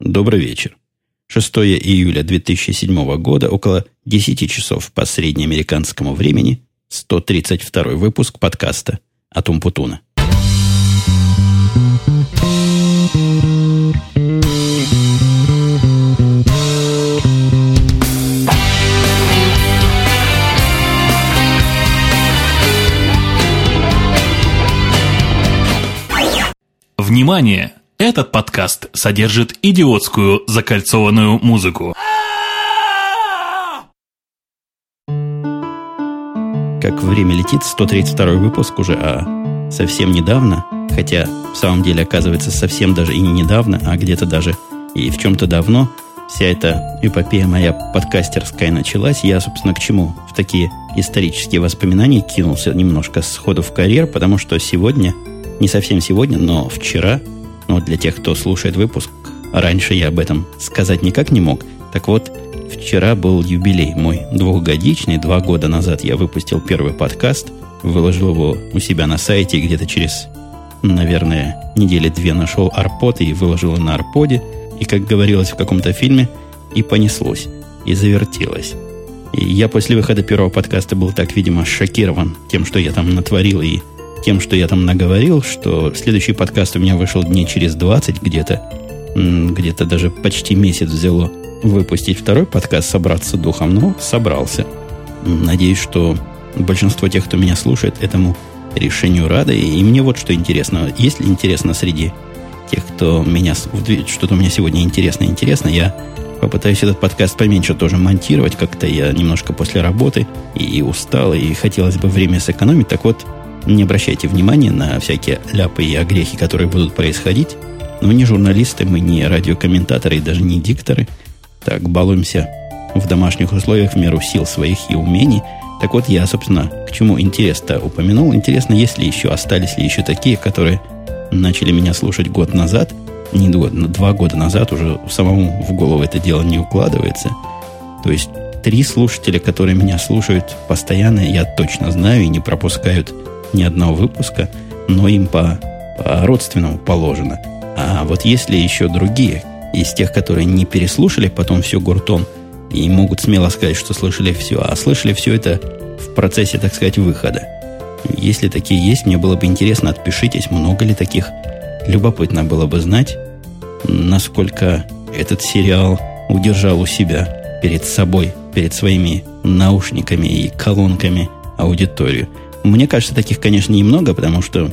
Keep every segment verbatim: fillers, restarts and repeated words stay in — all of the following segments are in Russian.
Добрый вечер. шестого июля две тысячи седьмого года, около десяти часов по среднеамериканскому времени, сто тридцать второй выпуск подкаста от Умпутуна. Внимание! Этот подкаст содержит идиотскую закольцованную музыку. Как время летит, сто тридцать второй выпуск уже, а совсем недавно, хотя в самом деле оказывается совсем даже и не недавно, а где-то даже и в чем-то давно, вся эта эпопея моя подкастерская началась. Я, собственно, к чему в такие исторические воспоминания кинулся немножко сходу в карьер, потому что сегодня, не совсем сегодня, но вчера, ну, для тех, кто слушает выпуск, раньше я об этом сказать никак не мог. Так вот, вчера был юбилей мой двухгодичный. Два года назад я выпустил первый подкаст, выложил его у себя на сайте, и где-то через, наверное, недели две нашел арпод и выложил на арподе. И, как говорилось в каком-то фильме, и понеслось, и завертелось. И я после выхода первого подкаста был так, видимо, шокирован тем, что я там натворил, и тем, что я там наговорил, что следующий подкаст у меня вышел дней через двадцать где-то, где-то даже почти месяц взяло выпустить второй подкаст, собраться духом, но собрался. Надеюсь, что большинство тех, кто меня слушает, этому решению рады. И мне вот что интересно. Если интересно среди тех, кто меня... Что-то у меня сегодня интересно-интересно, я попытаюсь этот подкаст поменьше тоже монтировать. Как-то я немножко после работы и устал, и хотелось бы время сэкономить. Так вот, не обращайте внимания на всякие ляпы и огрехи, которые будут происходить. Но мы не журналисты, мы не радиокомментаторы и даже не дикторы. Так, балуемся в домашних условиях в меру сил своих и умений. Так вот, я, собственно, к чему интерес-то упомянул. Интересно, есть ли еще, остались ли еще такие, которые начали меня слушать год назад. Не год, но два года назад, уже самому в голову это дело не укладывается. То есть, три слушателя, которые меня слушают постоянно, я точно знаю и не пропускают ни одного выпуска, но им по, по родственному положено. А вот если еще другие, из тех, которые не переслушали потом все гуртом и могут смело сказать, что слышали все, а слышали все это в процессе, так сказать, выхода. Если такие есть, мне было бы интересно, отпишитесь, много ли таких. Любопытно было бы знать, насколько этот сериал удержал у себя перед собой, перед своими наушниками и колонками аудиторию. Мне кажется, таких, конечно, немного, потому что,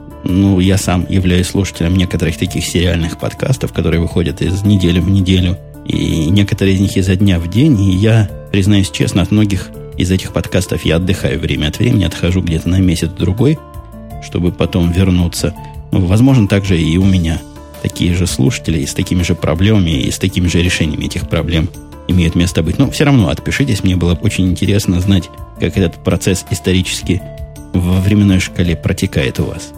ну, я сам являюсь слушателем некоторых таких сериальных подкастов, которые выходят из недели в неделю, и некоторые из них изо дня в день, и я, признаюсь честно, от многих из этих подкастов я отдыхаю время от времени, отхожу где-то на месяц-другой, чтобы потом вернуться. Ну, возможно, также и у меня такие же слушатели, и с такими же проблемами, и с такими же решениями этих проблем имеют место быть. Но все равно отпишитесь, мне было очень интересно знать, как этот процесс исторически во временной шкале протекает у вас.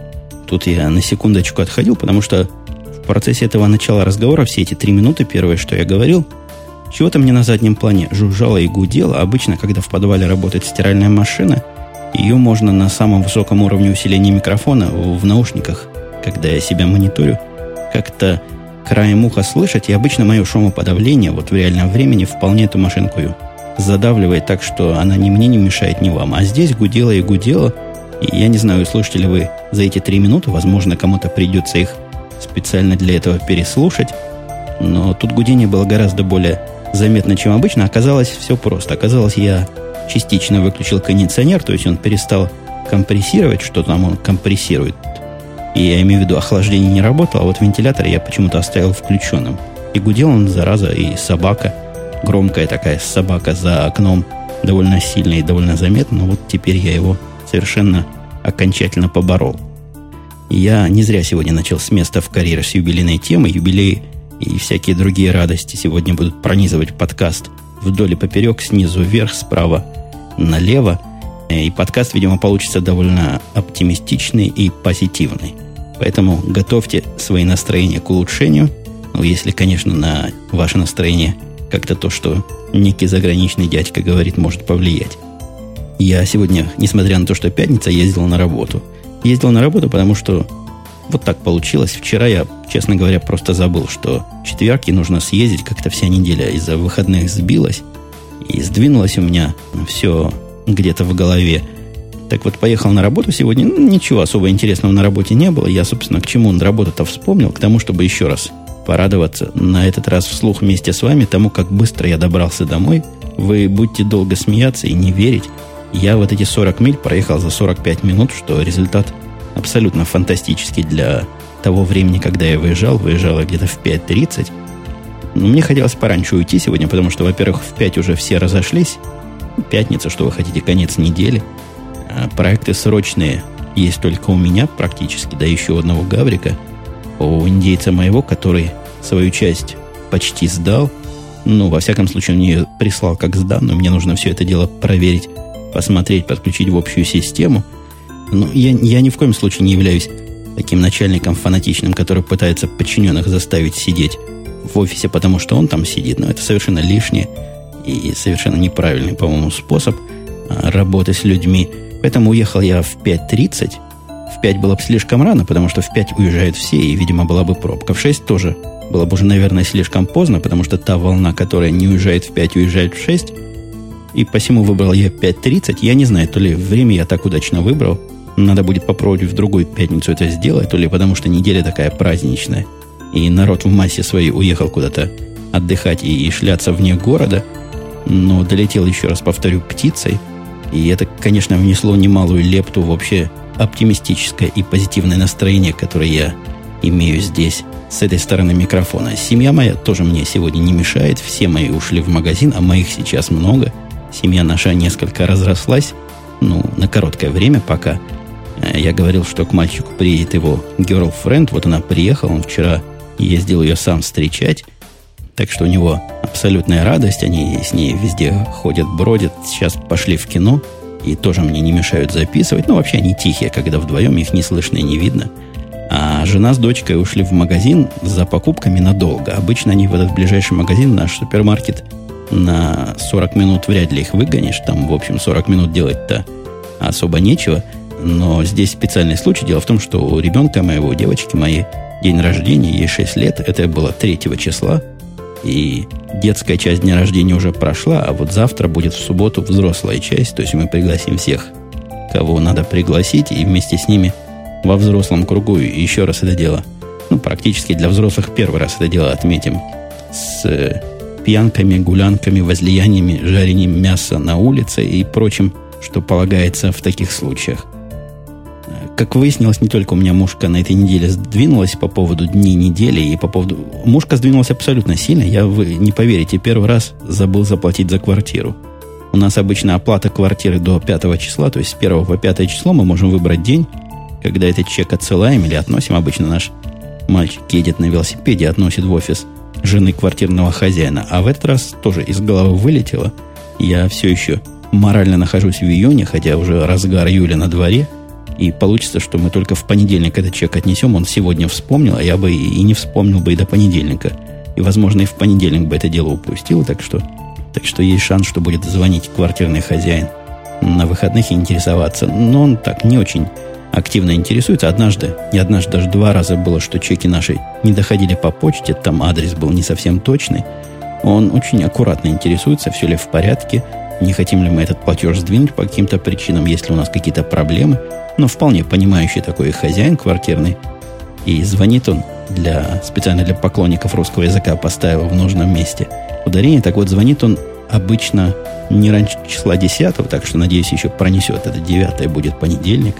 Тут я на секундочку отходил, потому что в процессе этого начала разговора все эти три минуты первые, что я говорил, чего-то мне на заднем плане жужжало и гудело. Обычно, когда в подвале работает стиральная машина, ее можно на самом высоком уровне усиления микрофона в наушниках, когда я себя мониторю, как-то краем уха слышать, и обычно мое шумоподавление вот в реальном времени вполне эту машинку задавливает так, что она ни мне не мешает, ни вам. А здесь гудело и гудело, и я не знаю, услышите ли вы за эти три минуты, возможно, кому-то придется их специально для этого переслушать, но тут гудение было гораздо более заметно, чем обычно. Оказалось, все просто. Оказалось, я частично выключил кондиционер, то есть он перестал компрессировать, что там он компрессирует. И я имею в виду, охлаждение не работало, а вот вентилятор я почему-то оставил включенным. И гудел он, зараза, и собака, громкая такая собака за окном, довольно сильная и довольно заметна, но вот теперь я его совершенно окончательно поборол. И я не зря сегодня начал с места в карьере с юбилейной темы. Юбилеи и всякие другие радости сегодня будут пронизывать подкаст вдоль и поперек, снизу вверх, справа налево. И подкаст, видимо, получится довольно оптимистичный и позитивный. Поэтому готовьте свои настроения к улучшению. Ну, если, конечно, на ваше настроение как-то то, что некий заграничный дядька говорит, может повлиять. Я сегодня, несмотря на то, что пятница, ездил на работу. Ездил на работу, потому что вот так получилось. Вчера я, честно говоря, просто забыл, что четверг и нужно съездить. Как-то вся неделя из-за выходных сбилась. И сдвинулось у меня все где-то в голове. Так вот, поехал на работу сегодня. Ну, ничего особо интересного на работе не было. Я, собственно, к чему на работу-то вспомнил? К тому, чтобы еще раз порадоваться, на этот раз вслух вместе с вами, тому, как быстро я добрался домой. Вы будете долго смеяться и не верить. Я вот эти сорок миль проехал за сорок пять минут, что результат абсолютно фантастический для того времени, когда я выезжал. Выезжал я где-то в пять тридцать. Но мне хотелось пораньше уйти сегодня, потому что, во-первых, в пять уже все разошлись. Пятница, что вы хотите, конец недели. Проекты срочные есть только у меня практически, да еще у одного гаврика, у индейца моего, который свою часть почти сдал. Ну, во всяком случае, он ее прислал как сданную. Мне нужно все это дело проверить, посмотреть, подключить в общую систему. Но я, я ни в коем случае не являюсь таким начальником фанатичным, который пытается подчиненных заставить сидеть в офисе, потому что он там сидит. Но это совершенно лишнее и совершенно неправильный, по-моему, способ работы с людьми. Поэтому уехал я в пять тридцать. В пять было бы слишком рано, потому что в пять уезжают все, и, видимо, была бы пробка. В шесть тоже было бы уже, наверное, слишком поздно, потому что та волна, которая не уезжает в пять, уезжает в шесть. И посему выбрал я пять тридцать. Я не знаю, то ли время я так удачно выбрал. Надо будет попробовать в другую пятницу это сделать, то ли потому что неделя такая праздничная. И народ в массе своей уехал куда-то отдыхать и, и шляться вне города. Но долетел, еще раз повторю, птицей. И это, конечно, внесло немалую лепту в общее оптимистическое и позитивное настроение, которое я имею здесь, с этой стороны микрофона. Семья моя тоже мне сегодня не мешает. Все мои ушли в магазин, а моих сейчас много. Семья наша несколько разрослась. Ну, на короткое время пока. Я говорил, что к мальчику приедет его girlfriend. Вот она приехала. Он вчера ездил ее сам встречать. Так что у него абсолютная радость. Они с ней везде ходят, бродят. Сейчас пошли в кино. И тоже мне не мешают записывать. Ну, вообще они тихие, когда вдвоем их не слышно и не видно. А жена с дочкой ушли в магазин за покупками надолго. Обычно они в этот ближайший магазин, наш супермаркет, на сорок минут вряд ли их выгонишь. Там, в общем, сорок минут делать-то особо нечего. Но здесь специальный случай. Дело в том, что у ребенка моего, у девочки моей, день рождения, ей шесть лет. Это было третьего числа. И детская часть дня рождения уже прошла, а вот завтра будет в субботу взрослая часть. То есть мы пригласим всех, кого надо пригласить, и вместе с ними во взрослом кругу еще раз это дело, ну, практически для взрослых первый раз это дело отметим с пьянками, гулянками, возлияниями, жарением мяса на улице и прочим, что полагается в таких случаях. Как выяснилось, не только у меня мушка на этой неделе сдвинулась по поводу дней недели, и по поводу... Мушка сдвинулась абсолютно сильно. Я, вы не поверите, первый раз забыл заплатить за квартиру. У нас обычно оплата квартиры до пятого числа, то есть с первого по пятое число мы можем выбрать день, когда этот чек отсылаем или относим. Обычно наш мальчик едет на велосипеде, относит в офис жены квартирного хозяина. А в этот раз тоже из головы вылетело. Я все еще морально нахожусь в июне, хотя уже разгар июля на дворе. И получится, что мы только в понедельник этот чек отнесем. Он сегодня вспомнил, а я бы и не вспомнил бы и до понедельника. И, возможно, и в понедельник бы это дело упустил. Так что, так что есть шанс, что будет звонить квартирный хозяин на выходных и интересоваться. Но он так не очень активно интересуется. Однажды, не однажды, даже два раза было, что чеки наши не доходили по почте. Там адрес был не совсем точный. Он очень аккуратно интересуется, все ли в порядке. Не хотим ли мы этот платеж сдвинуть по каким-то причинам, если у нас какие-то проблемы. Но вполне понимающий такой хозяин квартирный. И звонит он для, специально для поклонников русского языка, поставил в нужном месте ударение. Так вот, звонит он обычно не раньше числа десятого, так что, надеюсь, еще пронесет. Это девятое будет понедельник.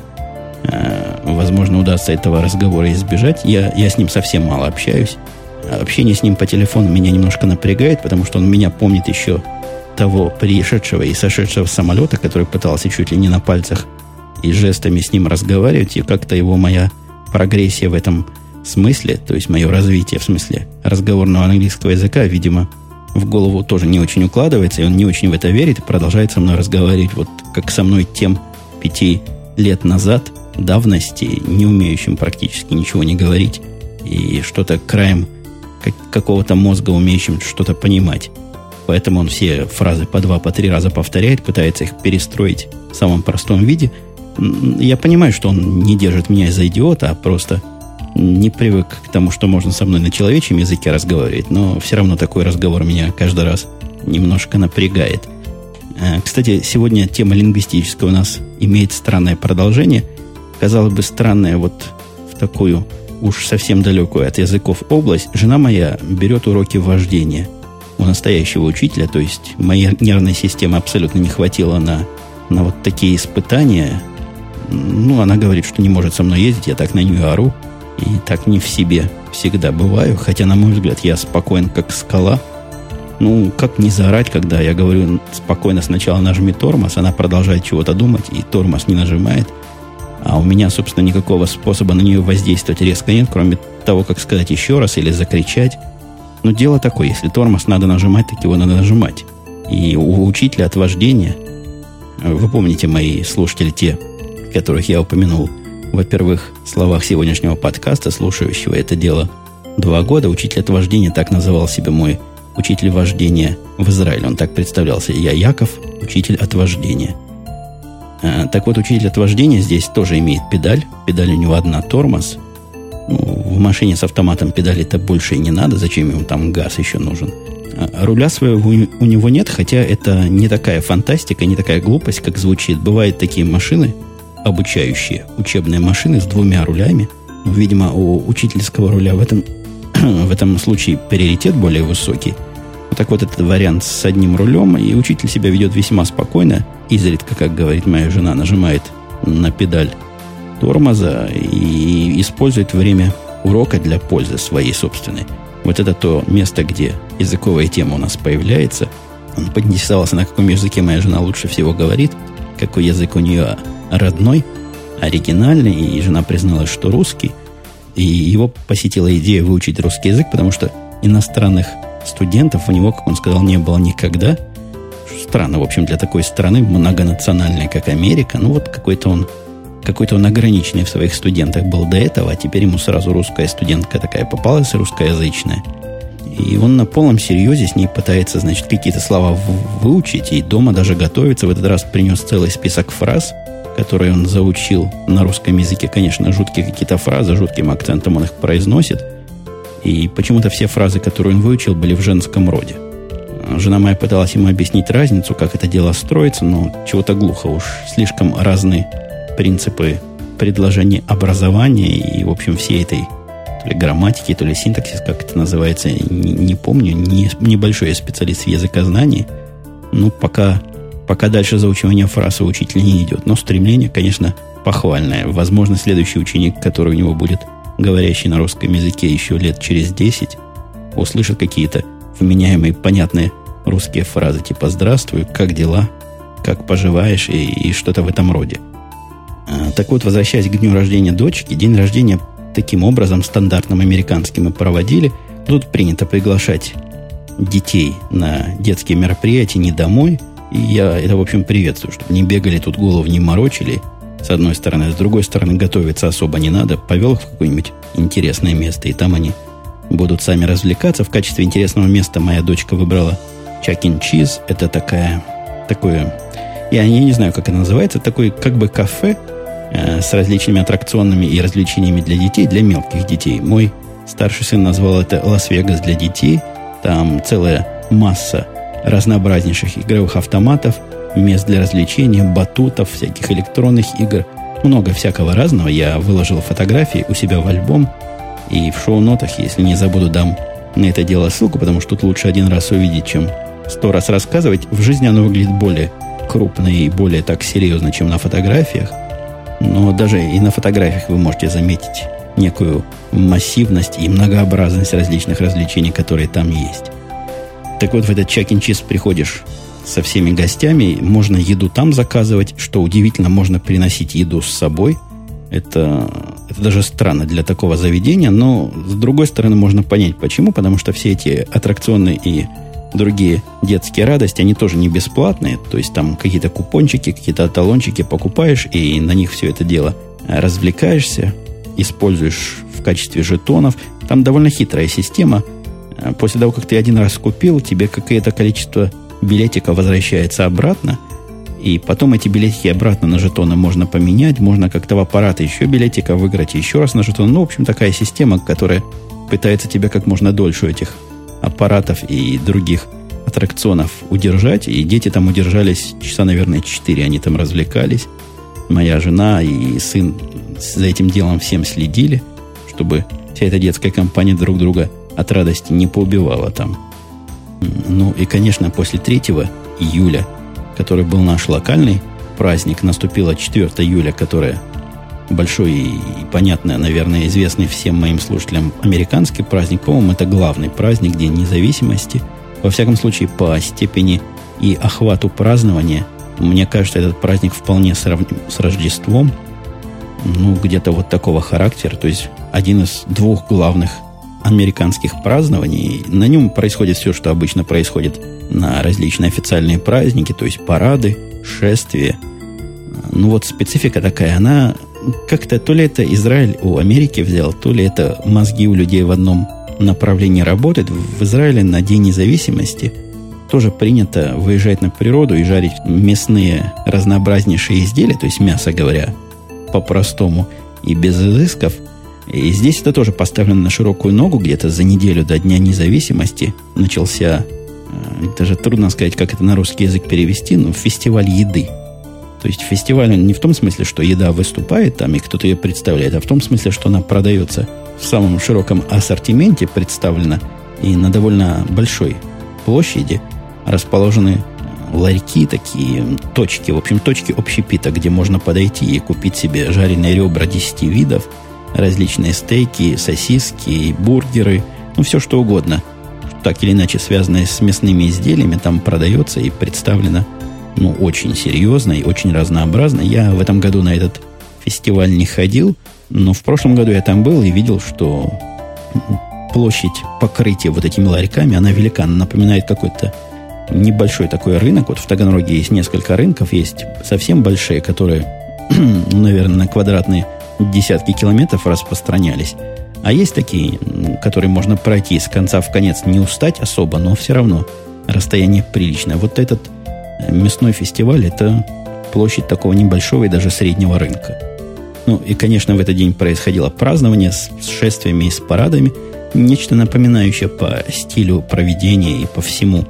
Возможно, удастся этого разговора избежать. Я, я с ним совсем мало общаюсь. Общение с ним по телефону меня немножко напрягает, потому что он меня помнит еще того пришедшего и сошедшего с самолета, который пытался чуть ли не на пальцах и жестами с ним разговаривать, и как-то его моя прогрессия в этом смысле, то есть мое развитие в смысле разговорного английского языка, видимо, в голову тоже не очень укладывается, и он не очень в это верит, и продолжает со мной разговаривать, вот как со мной тем пяти лет назад, давности, не умеющим практически ничего не говорить, и что-то краем как, какого-то мозга умеющим что-то понимать. Поэтому он все фразы по два, по три раза повторяет, пытается их перестроить в самом простом виде. Я понимаю, что он не держит меня за идиота, а просто не привык к тому, что можно со мной на человечьем языке разговаривать, но все равно такой разговор меня каждый раз немножко напрягает. Кстати, сегодня тема лингвистическая у нас имеет странное продолжение. Казалось бы, странное вот в такую уж совсем далекую от языков область. Жена моя берет уроки вождения у настоящего учителя, то есть моей нервной системы абсолютно не хватило на, на вот такие испытания. Ну, она говорит, что не может со мной ездить, я так на нее ору, и так не в себе всегда бываю, хотя, на мой взгляд, я спокоен, как скала. Ну, как не заорать, когда я говорю спокойно сначала нажми тормоз, она продолжает чего-то думать, и тормоз не нажимает. А у меня, собственно, никакого способа на нее воздействовать резко нет, кроме того, как сказать еще раз или закричать. Но дело такое, если тормоз надо нажимать, так его надо нажимать. И у учителя от вождения, вы помните, мои слушатели, те, которых я упомянул, во первых словах сегодняшнего подкаста, слушающего это дело два года, учитель от вождения, так называл себя мой учитель вождения в Израиле. Он так представлялся. Я Яков, учитель от вождения. А, так вот, учитель от вождения здесь тоже имеет педаль. Педаль у него одна, тормоз. Ну, в машине с автоматом педали-то больше и не надо. Зачем ему там газ еще нужен? А руля своего у него нет, хотя это не такая фантастика, не такая глупость, как звучит. Бывают такие машины, обучающие, учебные машины с двумя рулями. Видимо, у учительского руля в этом, в этом случае приоритет более высокий. Так вот, этот вариант с одним рулем, и учитель себя ведет весьма спокойно. Изредка, как говорит моя жена, нажимает на педаль тормоза и использует время урока для пользы своей собственной. Вот это то место, где языковая тема у нас появляется. Он поинтересовался, на каком языке моя жена лучше всего говорит, какой язык у нее родной, оригинальный, и жена призналась, что русский. И его посетила идея выучить русский язык, потому что иностранных студентов у него, как он сказал, не было никогда. Странно, в общем, для такой страны многонациональной, как Америка. Ну, вот какой-то он, какой-то он ограниченный в своих студентах был до этого, а теперь ему сразу русская студентка такая попалась, русскоязычная. И он на полном серьезе с ней пытается, значит, какие-то слова выучить, и дома даже готовится. В этот раз принес целый список фраз, которые он заучил на русском языке. Конечно, жуткие какие-то фразы, жутким акцентом он их произносит. И почему-то все фразы, которые он выучил, были в женском роде. Жена моя пыталась ему объяснить разницу, как это дело строится, но чего-то глухо уж. Слишком разные принципы предложений образования и, в общем, всей этой то ли грамматики, то ли синтаксис, как это называется, не, не помню. Не, небольшой я специалист в языкознании. Ну, пока, пока дальше заучивание фраз у учителя не идет. Но стремление, конечно, похвальное. Возможно, следующий ученик, который у него будет говорящий на русском языке еще лет через десять, услышит какие-то вменяемые, понятные русские фразы, типа «Здравствуй, как дела?», «Как поживаешь?» и, и что-то в этом роде. А, так вот, возвращаясь к дню рождения дочки, день рождения таким образом стандартным американским мы проводили. Тут принято приглашать детей на детские мероприятия не домой. И я это, в общем, приветствую, чтобы не бегали тут, голову не морочили, с одной стороны. С другой стороны, готовиться особо не надо. Повел их в какое-нибудь интересное место, и там они будут сами развлекаться. В качестве интересного места моя дочка выбрала Chuck E. Cheese. Это такая, такое, я, я не знаю, как это называется, такой как бы кафе э, с различными аттракционами и развлечениями для детей, для мелких детей. Мой старший сын назвал это Лас-Вегас для детей. Там целая масса разнообразнейших игровых автоматов, мест для развлечения, батутов, всяких электронных игр. Много всякого разного. Я выложил фотографии у себя в альбом. И в шоу-нотах, если не забуду, дам на это дело ссылку, потому что тут лучше один раз увидеть, чем сто раз рассказывать. В жизни оно выглядит более крупно и более так серьезно, чем на фотографиях. Но даже и на фотографиях вы можете заметить некую массивность и многообразность различных развлечений, которые там есть. Так вот, в этот Chuck E. Cheese приходишь со всеми гостями, можно еду там заказывать, что удивительно, можно приносить еду с собой. Это, это даже странно для такого заведения, но с другой стороны можно понять почему, потому что все эти аттракционы и другие детские радости, они тоже не бесплатные, то есть там какие-то купончики, какие-то талончики покупаешь, и на них все это дело развлекаешься, используешь в качестве жетонов. Там довольно хитрая система. После того, как ты один раз купил, тебе какое-то количество билетиков возвращается обратно, И потом эти билетики обратно на жетоны можно поменять, можно как-то в аппарат еще билетика выиграть, еще раз на жетон. Ну, в общем, такая система, которая пытается тебя как можно дольше этих аппаратов и других аттракционов удержать. И дети там удержались часа, наверное, четыре. Они там развлекались. Моя жена и сын за этим делом всем следили, чтобы вся эта детская компания друг друга от радости не поубивала там. Ну и, конечно, после третьего июля, который был наш локальный праздник, наступило четвёртого июля, которое большой и, понятно, наверное, известный всем моим слушателям американский праздник. По-моему, это главный праздник, День независимости. Во всяком случае, по степени и охвату празднования, мне кажется, этот праздник вполне сравним с Рождеством. Ну, где-то вот такого характера. То есть, один из двух главных американских празднований. На нем происходит все, что обычно происходит на различные официальные праздники, то есть парады, шествия. Ну вот специфика такая, она как-то то ли это Израиль у Америки взял, то ли это мозги у людей в одном направлении работают. В Израиле на День независимости тоже принято выезжать на природу и жарить мясные разнообразнейшие изделия, то есть мясо, говоря по-простому и без изысков. И здесь это тоже поставлено на широкую ногу. Где-то за неделю до Дня независимости начался, даже трудно сказать, как это на русский язык перевести, но фестиваль еды. То есть фестиваль не в том смысле, что еда выступает там и кто-то ее представляет, а в том смысле, что она продается в самом широком ассортименте, представлена, и на довольно большой площади расположены ларьки, такие точки, в общем, точки общепита, где можно подойти и купить себе жареные ребра десяти видов, различные стейки, сосиски, бургеры, ну, все что угодно, так или иначе связанное с мясными изделиями, там продается и представлено, ну, очень серьезно и очень разнообразно. Я в этом году на этот фестиваль не ходил, но в прошлом году я там был и видел, что площадь покрытия вот этими ларьками, она велика, она напоминает какой-то небольшой такой рынок. Вот в Таганроге есть несколько рынков, есть совсем большие, которые, ну, наверное, на квадратные десятки километров распространялись. А есть такие, которые можно пройти с конца в конец, не устать особо, но все равно расстояние приличное. Вот этот мясной фестиваль – это площадь такого небольшого и даже среднего рынка. Ну и, конечно, в этот день происходило празднование с шествиями и с парадами, нечто напоминающее по стилю проведения и по всему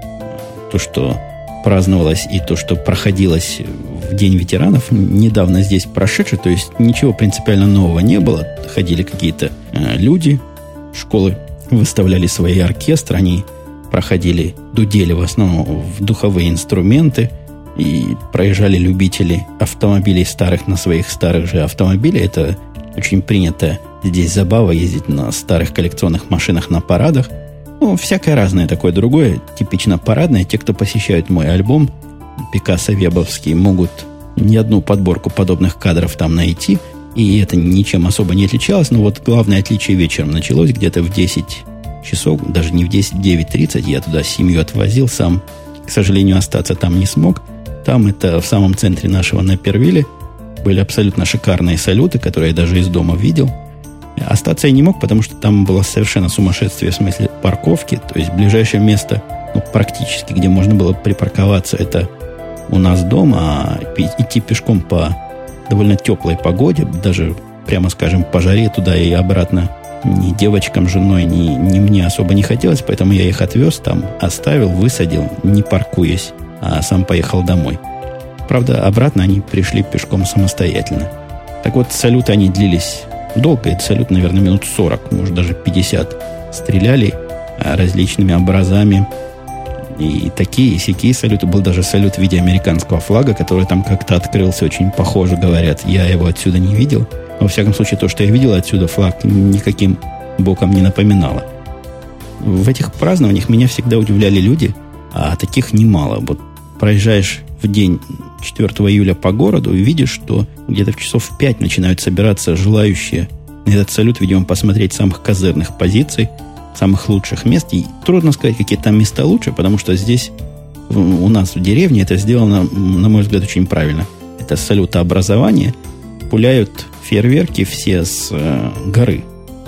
то, что праздновалось и то, что проходилось в День ветеранов, недавно здесь прошедший, то есть ничего принципиально нового не было. Ходили какие-то э, люди, школы выставляли свои оркестры, они проходили, дудели в основном в духовые инструменты, и проезжали любители автомобилей старых на своих старых же автомобилях. Это очень принято здесь забава ездить на старых коллекционных машинах на парадах. Ну, всякое разное такое другое, типично парадное. Те, кто посещают мой альбом Пикассо-Вебовский, могут не одну подборку подобных кадров там найти. И это ничем особо не отличалось. Но вот главное отличие вечером началось где-то в десять часов, даже не в десять, девять тридцать. Я туда семью отвозил, сам, к сожалению, остаться там не смог. Там это в самом центре нашего Напервилля были абсолютно шикарные салюты, которые я даже из дома видел. Остаться я не мог, потому что там было совершенно сумасшествие в смысле парковки. То есть ближайшее место, ну, практически, где можно было припарковаться, это у нас дома. А идти пешком по довольно теплой погоде, даже, прямо скажем, по жаре туда и обратно ни девочкам, женой, ни, ни мне особо не хотелось. Поэтому я их отвез там, оставил, высадил, не паркуясь, а сам поехал домой. Правда, обратно они пришли пешком самостоятельно. Так вот, салюты они длились долго. Это салют, наверное, минут сорок, может, даже пятьдесят. Стреляли различными образами. И такие, и сякие салюты. Был даже салют в виде американского флага, который там как-то открылся, очень похоже, говорят. Я его отсюда не видел. Во всяком случае, то, что я видел отсюда, флаг никаким боком не напоминало. В этих празднованиях меня всегда удивляли люди, а таких немало. Вот проезжаешь в день четвёртого июля по городу и видишь, что где-то в часов в пять начинают собираться желающие на этот салют, видимо, посмотреть самых козырных позиций, самых лучших мест. И трудно сказать, какие там места лучше, потому что здесь, у нас в деревне, это сделано, на мой взгляд, очень правильно. Это салютообразование. Пуляют фейерверки все с э, горы.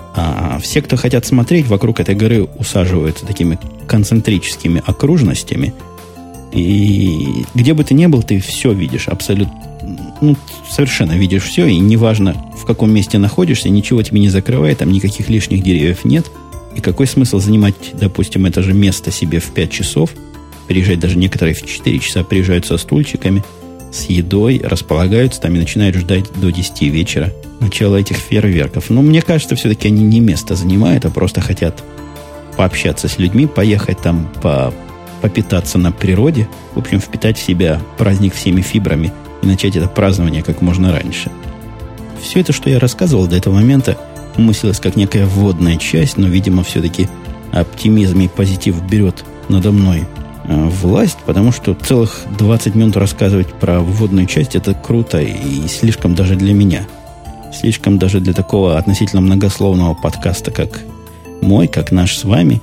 А все, кто хотят смотреть, вокруг этой горы усаживаются такими концентрическими окружностями. И где бы ты ни был, ты все видишь, абсолютно, ну, совершенно видишь все, и неважно, в каком месте находишься, ничего тебе не закрывает, там никаких лишних деревьев нет. И какой смысл занимать, допустим, это же место себе в пять часов, приезжать даже некоторые в четыре часа, приезжают со стульчиками, с едой, располагаются там и начинают ждать до десяти вечера начала этих фейерверков. Но мне кажется, все-таки они не место занимают, а просто хотят пообщаться с людьми, поехать там, по, попитаться на природе, в общем, впитать в себя праздник всеми фибрами и начать это празднование как можно раньше. Все это, что я рассказывал до этого момента, мыслилось как некая вводная часть, но, видимо, все-таки оптимизм и позитив берет надо мной э, власть, потому что целых двадцать минут рассказывать про вводную часть — это круто и слишком даже для меня. Слишком даже для такого относительно многословного подкаста, как мой, как наш с вами.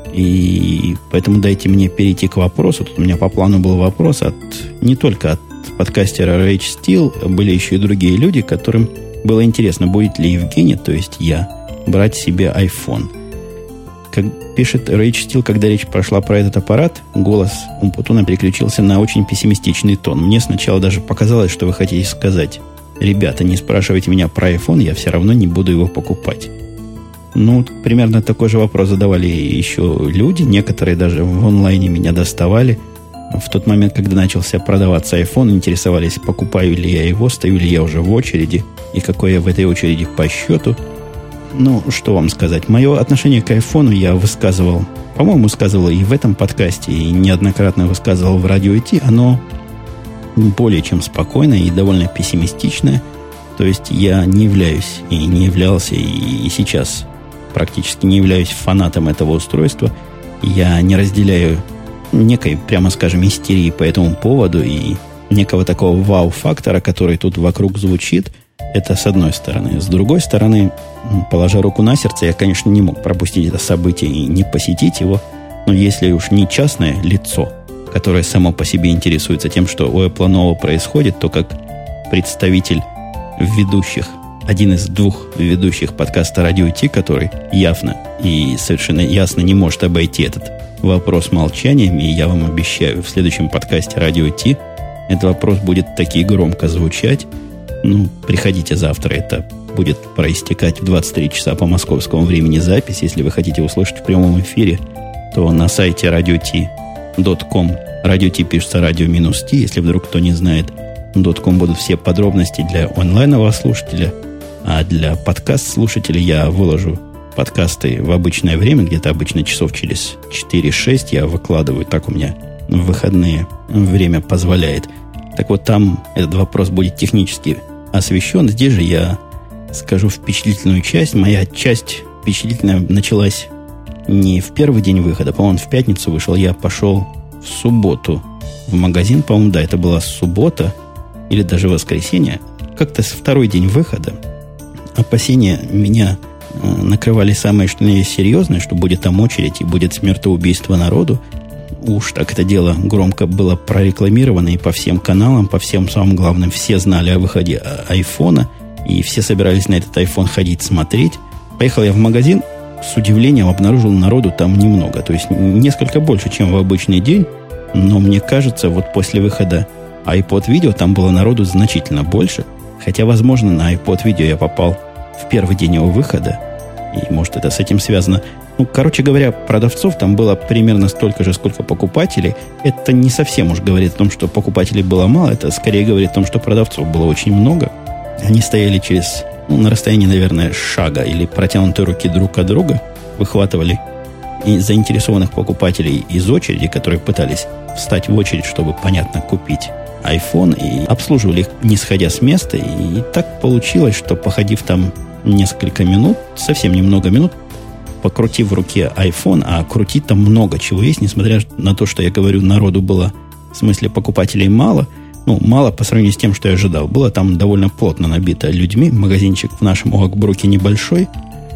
И поэтому дайте мне перейти к вопросу. Тут у меня по плану был вопрос от не только от подкастера Rage Steel, были еще и другие люди, которым было интересно, будет ли Евгений, то есть я, брать себе iPhone. Как пишет Rage Steel, когда речь прошла про этот аппарат, голос Умпутуна переключился на очень пессимистичный тон. Мне сначала даже показалось, что вы хотите сказать: ребята, не спрашивайте меня про iPhone, я все равно не буду его покупать. Ну, примерно такой же вопрос задавали еще люди. Некоторые даже в онлайне меня доставали. В тот момент, когда начался продаваться iPhone, интересовались, покупаю ли я его, стою ли я уже в очереди, и какой я в этой очереди по счету. Ну, что вам сказать. Мое отношение к iPhone я высказывал, по-моему, высказывал и в этом подкасте, и неоднократно высказывал в радио ай ти. Оно более чем спокойное и довольно пессимистичное. То есть я не являюсь, и не являлся, и, и сейчас практически не являюсь фанатом этого устройства. Я не разделяю некой, прямо скажем, истерии по этому поводу и некого такого вау-фактора, который тут вокруг звучит. Это с одной стороны. С другой стороны, положа руку на сердце, я, конечно, не мог пропустить это событие и не посетить его. Но если уж не частное лицо, которое само по себе интересуется тем, что у Apple нового происходит, то как представитель ведущих, один из двух ведущих подкаста «Радио Ти», который явно и совершенно ясно не может обойти этот вопрос молчанием, и я вам обещаю, в следующем подкасте «Радио Ти» этот вопрос будет таки громко звучать. Ну, приходите завтра, это будет проистекать в двадцать три часа по московскому времени запись. Если вы хотите услышать в прямом эфире, то на сайте радио ти точка ком, радио Ти пишется радио минус Ти, если вдруг кто не знает, .com будут все подробности для онлайнового слушателя, а для подкаст-слушателей я выложу подкасты в обычное время, где-то обычно часов через четыре-шесть я выкладываю, так у меня в выходные время позволяет. Так вот, там этот вопрос будет технически освещен. Здесь же я скажу впечатлительную часть. Моя часть впечатлительная началась не в первый день выхода, по-моему, в пятницу вышел. Я пошел в субботу в магазин, по-моему, да, это была суббота или даже воскресенье. Как-то с второй день выхода опасения меня э, накрывали самое, что есть серьезное, что будет там очередь и будет смертоубийство народу. Уж так это дело громко было прорекламировано и по всем каналам, по всем самым главным. Все знали о выходе айфона, и все собирались на этот айфон ходить, смотреть. Поехал я в магазин, с удивлением обнаружил народу там немного. То есть несколько больше, чем в обычный день. Но мне кажется, вот после выхода iPod Video там было народу значительно больше. Хотя, возможно, на iPod Video я попал в первый день его выхода. И, может, это с этим связано. Ну, короче говоря, продавцов там было примерно столько же, сколько покупателей. Это не совсем уж говорит о том, что покупателей было мало. Это скорее говорит о том, что продавцов было очень много. Они стояли через, ну, на расстоянии, наверное, шага или протянутой руки друг от друга. Выхватывали и заинтересованных покупателей из очереди, которые пытались встать в очередь, чтобы, понятно, купить iPhone. И обслуживали их, не сходя с места. И так получилось, что, походив там несколько минут, совсем немного минут, покрутив в руке iPhone, а крутить там много чего есть, несмотря на то, что я говорю, народу было, в смысле, покупателей мало, ну, мало по сравнению с тем, что я ожидал. Было там довольно плотно набито людьми, магазинчик в нашем Оакбруке небольшой,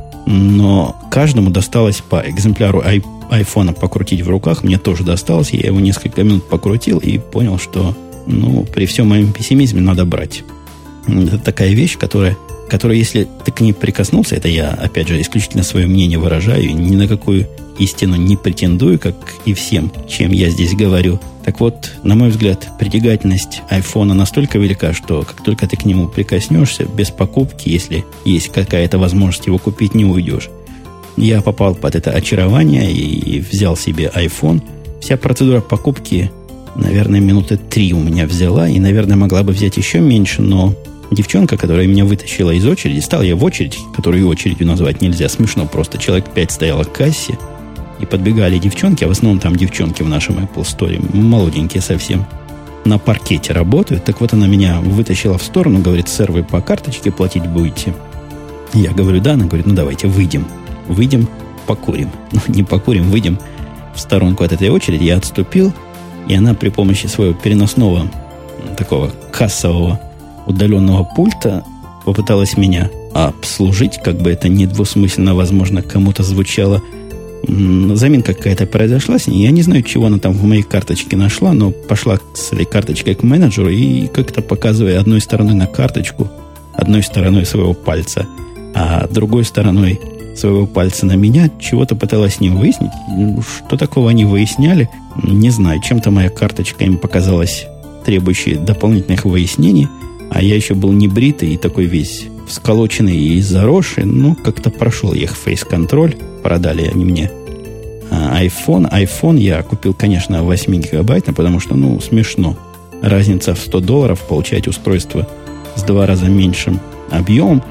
но каждому досталось по экземпляру ай- айфона покрутить в руках, мне тоже досталось, я его несколько минут покрутил и понял, что, ну, при всем моем пессимизме надо брать. Это такая вещь, которая которая, если ты к ней прикоснулся, это я, опять же, исключительно свое мнение выражаю, ни на какую истину не претендую, как и всем, чем я здесь говорю. Так вот, на мой взгляд, притягательность айфона настолько велика, что как только ты к нему прикоснешься, без покупки, если есть какая-то возможность его купить, не уйдешь. Я попал под это очарование и взял себе iPhone. Вся процедура покупки, наверное, минуты три у меня взяла, и, наверное, могла бы взять еще меньше, но девчонка, которая меня вытащила из очереди, стала я в очередь, которую очередью назвать нельзя, смешно просто, человек пять стояло к кассе, и подбегали девчонки, а в основном там девчонки в нашем Apple Store, молоденькие совсем, на паркете работают. Так вот она меня вытащила в сторону, говорит: сэр, вы по карточке платить будете? Я говорю: да. Она говорит: ну давайте выйдем. Выйдем, покурим. Ну, не покурим, выйдем в сторонку от этой очереди. Я отступил, и она при помощи своего переносного такого кассового удаленного пульта попыталась меня обслужить, как бы это недвусмысленно, возможно, кому-то звучало. Заминка какая-то произошла с ней. Я не знаю, чего она там в моей карточке нашла, но пошла с этой карточкой к менеджеру и как-то показывая одной стороной на карточку, одной стороной своего пальца, а другой стороной своего пальца на меня, чего-то пыталась с ним выяснить. Что такого они выясняли, не знаю. Чем-то моя карточка им показалась требующей дополнительных выяснений, а я еще был не бритый и такой весь всколоченный и заросший. Ну, как-то прошел я их фейс-контроль. Продали они мне а, iPhone. iPhone я купил, конечно, восемь гигабайтный, потому что, ну, смешно. Разница в сто долларов, получать устройство с два раза меньшим объемом.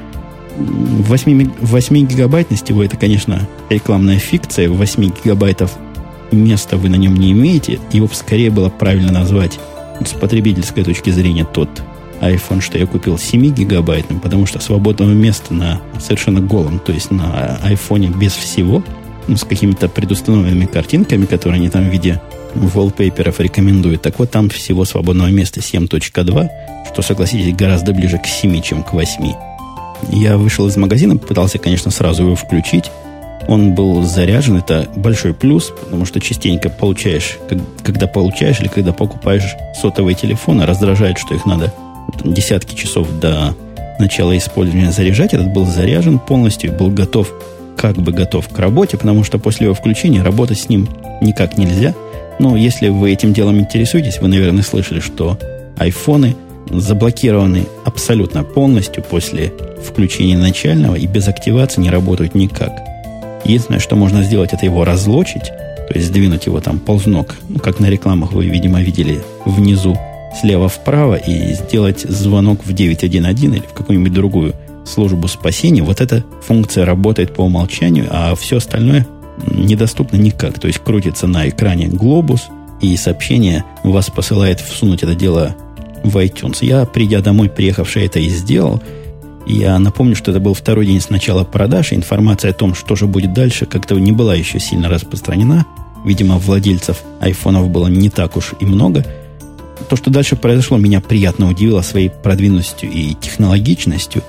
восемь гигабайтность его, это, конечно, рекламная фикция. восемь гигабайтов места вы на нем не имеете. Его скорее было правильно назвать с потребительской точки зрения тот iPhone, что я купил семь гигабайтным, потому что свободного места на совершенно голом, то есть на iPhone без всего, ну, с какими-то предустановленными картинками, которые они там в виде wallpaper'ов рекомендуют. Так вот, там всего свободного места семь точка два, что, согласитесь, гораздо ближе к семи, чем к восьми. Я вышел из магазина, пытался, конечно, сразу его включить. Он был заряжен, это большой плюс, потому что частенько получаешь, когда получаешь или когда покупаешь сотовые телефоны, раздражает, что их надо десятки часов до начала использования заряжать. Этот был заряжен полностью, был готов, как бы готов к работе, потому что после его включения работать с ним никак нельзя. Но если вы этим делом интересуетесь, вы, наверное, слышали, что айфоны заблокированы абсолютно полностью после включения начального и без активации не работают никак. Единственное, что можно сделать, это его разлочить, то есть сдвинуть его там ползнок, ну, как на рекламах вы, видимо, видели внизу, слева вправо, и сделать звонок в девять один один или в какую-нибудь другую службу спасения. Вот эта функция работает по умолчанию, а все остальное недоступно никак. То есть крутится на экране глобус, и сообщение вас посылает всунуть это дело в iTunes. Я, придя домой, приехавший, это и сделал. Я напомню, что это был второй день с начала продаж, и информация о том, что же будет дальше, как-то не была еще сильно распространена. Видимо, владельцев айфонов было не так уж и много. То, что дальше произошло, меня приятно удивило своей продвинутостью и технологичностью.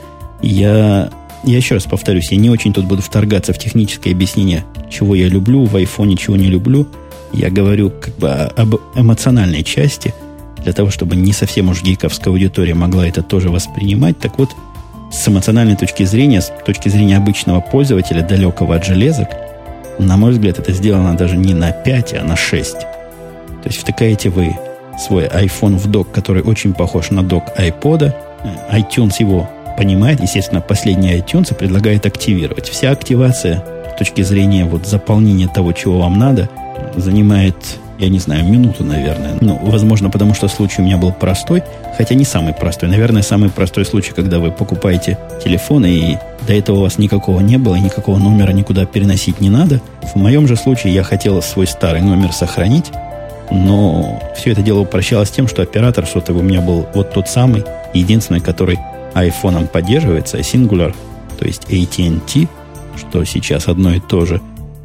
Я, я еще раз повторюсь, я не очень тут буду вторгаться в техническое объяснение, чего я люблю в айфоне, чего не люблю. Я говорю как бы об эмоциональной части, для того, чтобы не совсем уж гиковская аудитория могла это тоже воспринимать. Так вот, с эмоциональной точки зрения, с точки зрения обычного пользователя, далекого от железок, на мой взгляд, это сделано даже не на пять, а на шесть. То есть втыкаете вы свой iPhone в док, который очень похож на док iPod. iTunes его понимает, естественно, последний iTunes предлагает активировать. Вся активация с точки зрения вот заполнения того, чего вам надо, занимает, я не знаю, минуту, наверное. Ну, возможно, потому что случай у меня был простой, хотя не самый простой. Наверное, самый простой случай, когда вы покупаете телефон, и до этого у вас никакого не было, и никакого номера никуда переносить не надо. В моем же случае я хотел свой старый номер сохранить, но все это дело упрощалось тем, что оператор сотовый у меня был вот тот самый, единственный, который айфоном поддерживается, Singular, то есть эй ти энд ти, что сейчас одно и то же.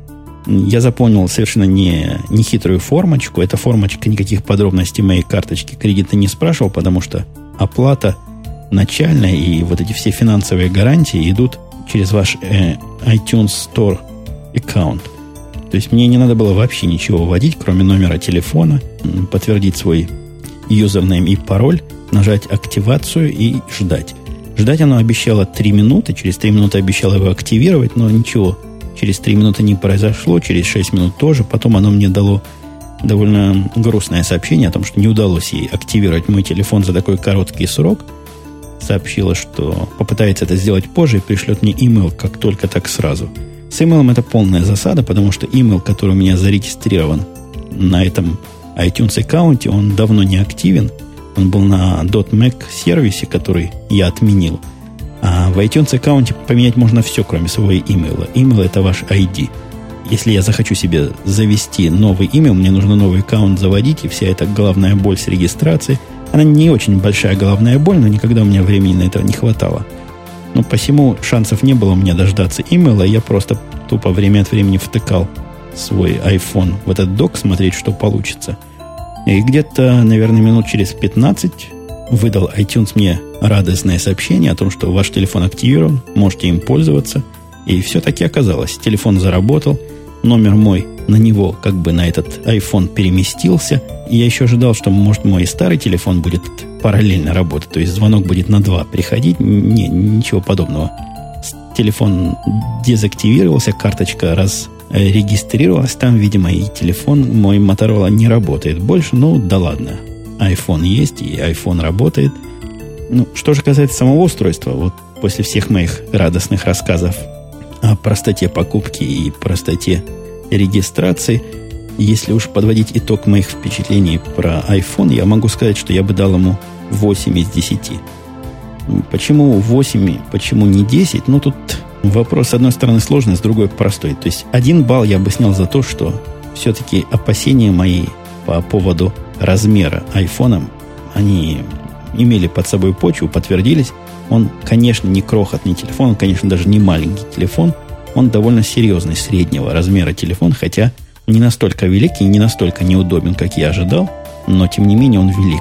Я заполнил совершенно не, не хитрую формочку. Эта формочка никаких подробностей моей карточки кредита не спрашивала, потому что оплата начальная и вот эти все финансовые гарантии идут через ваш э, iTunes Store аккаунт. То есть мне не надо было вообще ничего вводить, кроме номера телефона, подтвердить свой юзернейм и пароль, нажать активацию и ждать. Ждать оно обещало три минуты, через три минуты обещало его активировать, но ничего Через три минуты не произошло, через шесть минут тоже. Потом оно мне дало довольно грустное сообщение о том, что не удалось ей активировать мой телефон за такой короткий срок. Сообщила, что попытается это сделать позже и пришлет мне имейл, как только так сразу. С имейлом это полная засада, потому что имейл, который у меня зарегистрирован на этом iTunes аккаунте, он давно не активен. Он был на .Mac сервисе, который я отменил. А в iTunes аккаунте поменять можно все, кроме своего имейла. Имейл – это ваш ай ди. Если я захочу себе завести новый имейл, мне нужно новый аккаунт заводить, и вся эта головная боль с регистрацией. Она не очень большая головная боль, но никогда у меня времени на это не хватало. Но посему шансов не было у меня дождаться имейла, я просто тупо время от времени втыкал свой iPhone в этот док, смотреть, что получится. И где-то, наверное, минут через пятнадцать выдал iTunes мне радостное сообщение о том, что ваш телефон активирован, можете им пользоваться. И все-таки оказалось, телефон заработал, номер мой на него, как бы на этот iPhone переместился. И я еще ожидал, что, может, мой старый телефон будет параллельно работать, то есть звонок будет на два приходить. Не, ничего подобного. Телефон дезактивировался, карточка разрегистрировалась, там, видимо, и телефон мой Motorola не работает больше. Ну, да ладно. iPhone есть, и iPhone работает. Ну, что же касается самого устройства, вот после всех моих радостных рассказов о простоте покупки и простоте регистрации, если уж подводить итог моих впечатлений про iPhone, я могу сказать, что я бы дал ему восемь из десяти. Почему восемь, почему не десять? Ну, тут вопрос, с одной стороны, сложный, с другой простой. То есть, один балл я бы снял за то, что все-таки опасения мои по поводу размера iPhone, они имели под собой почву, подтвердились. Он, конечно, не крохотный телефон, он, конечно, даже не маленький телефон. Он довольно серьезный, среднего размера телефон, хотя не настолько велик и не настолько неудобен, как я ожидал, но, тем не менее, он велик.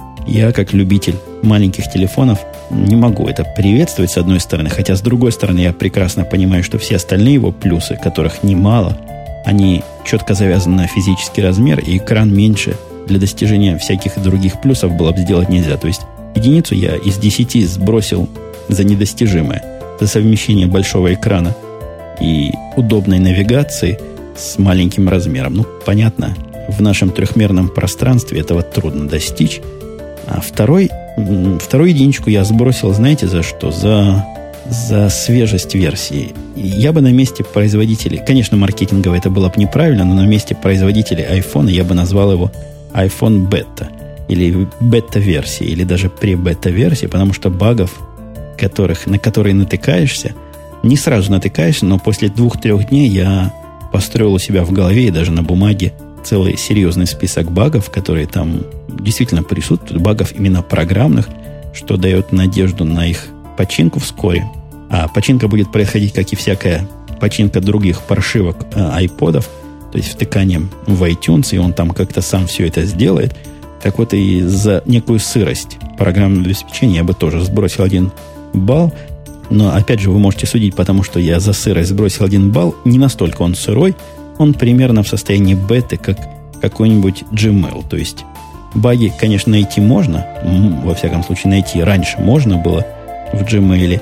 Я, как любитель маленьких телефонов, не могу это приветствовать, с одной стороны, хотя, с другой стороны, я прекрасно понимаю, что все остальные его плюсы, которых немало, они четко завязаны на физический размер, и экран меньше для достижения всяких других плюсов было бы сделать нельзя. То есть, единицу я из десяти сбросил за недостижимое, за совмещение большого экрана и удобной навигации с маленьким размером. Ну, понятно, в нашем трехмерном пространстве этого трудно достичь. А второй, вторую единичку я сбросил, знаете, за что? За, за свежесть версии. Я бы на месте производителей, конечно, маркетингово это было бы неправильно, но на месте производителей iPhone я бы назвал его iPhone Beta. Или бета-версии, или даже pre-бета-версии, потому что багов, которых, на которые натыкаешься, не сразу натыкаешься, но после двух-трех дней я построил у себя в голове и даже на бумаге целый серьезный список багов, которые там действительно присутствуют, багов именно программных, что дает надежду на их починку вскоре. А починка будет происходить, как и всякая починка других паршивок э, айподов, то есть втыканием в iTunes, и он там как-то сам все это сделает. Так вот, и за некую сырость программного обеспечения я бы тоже сбросил один балл. Но, опять же, вы можете судить, потому что я за сырость сбросил один балл. Не настолько он сырой. Он примерно в состоянии беты, как какой-нибудь Gmail. То есть, баги, конечно, найти можно. Во всяком случае, найти раньше можно было в Gmail.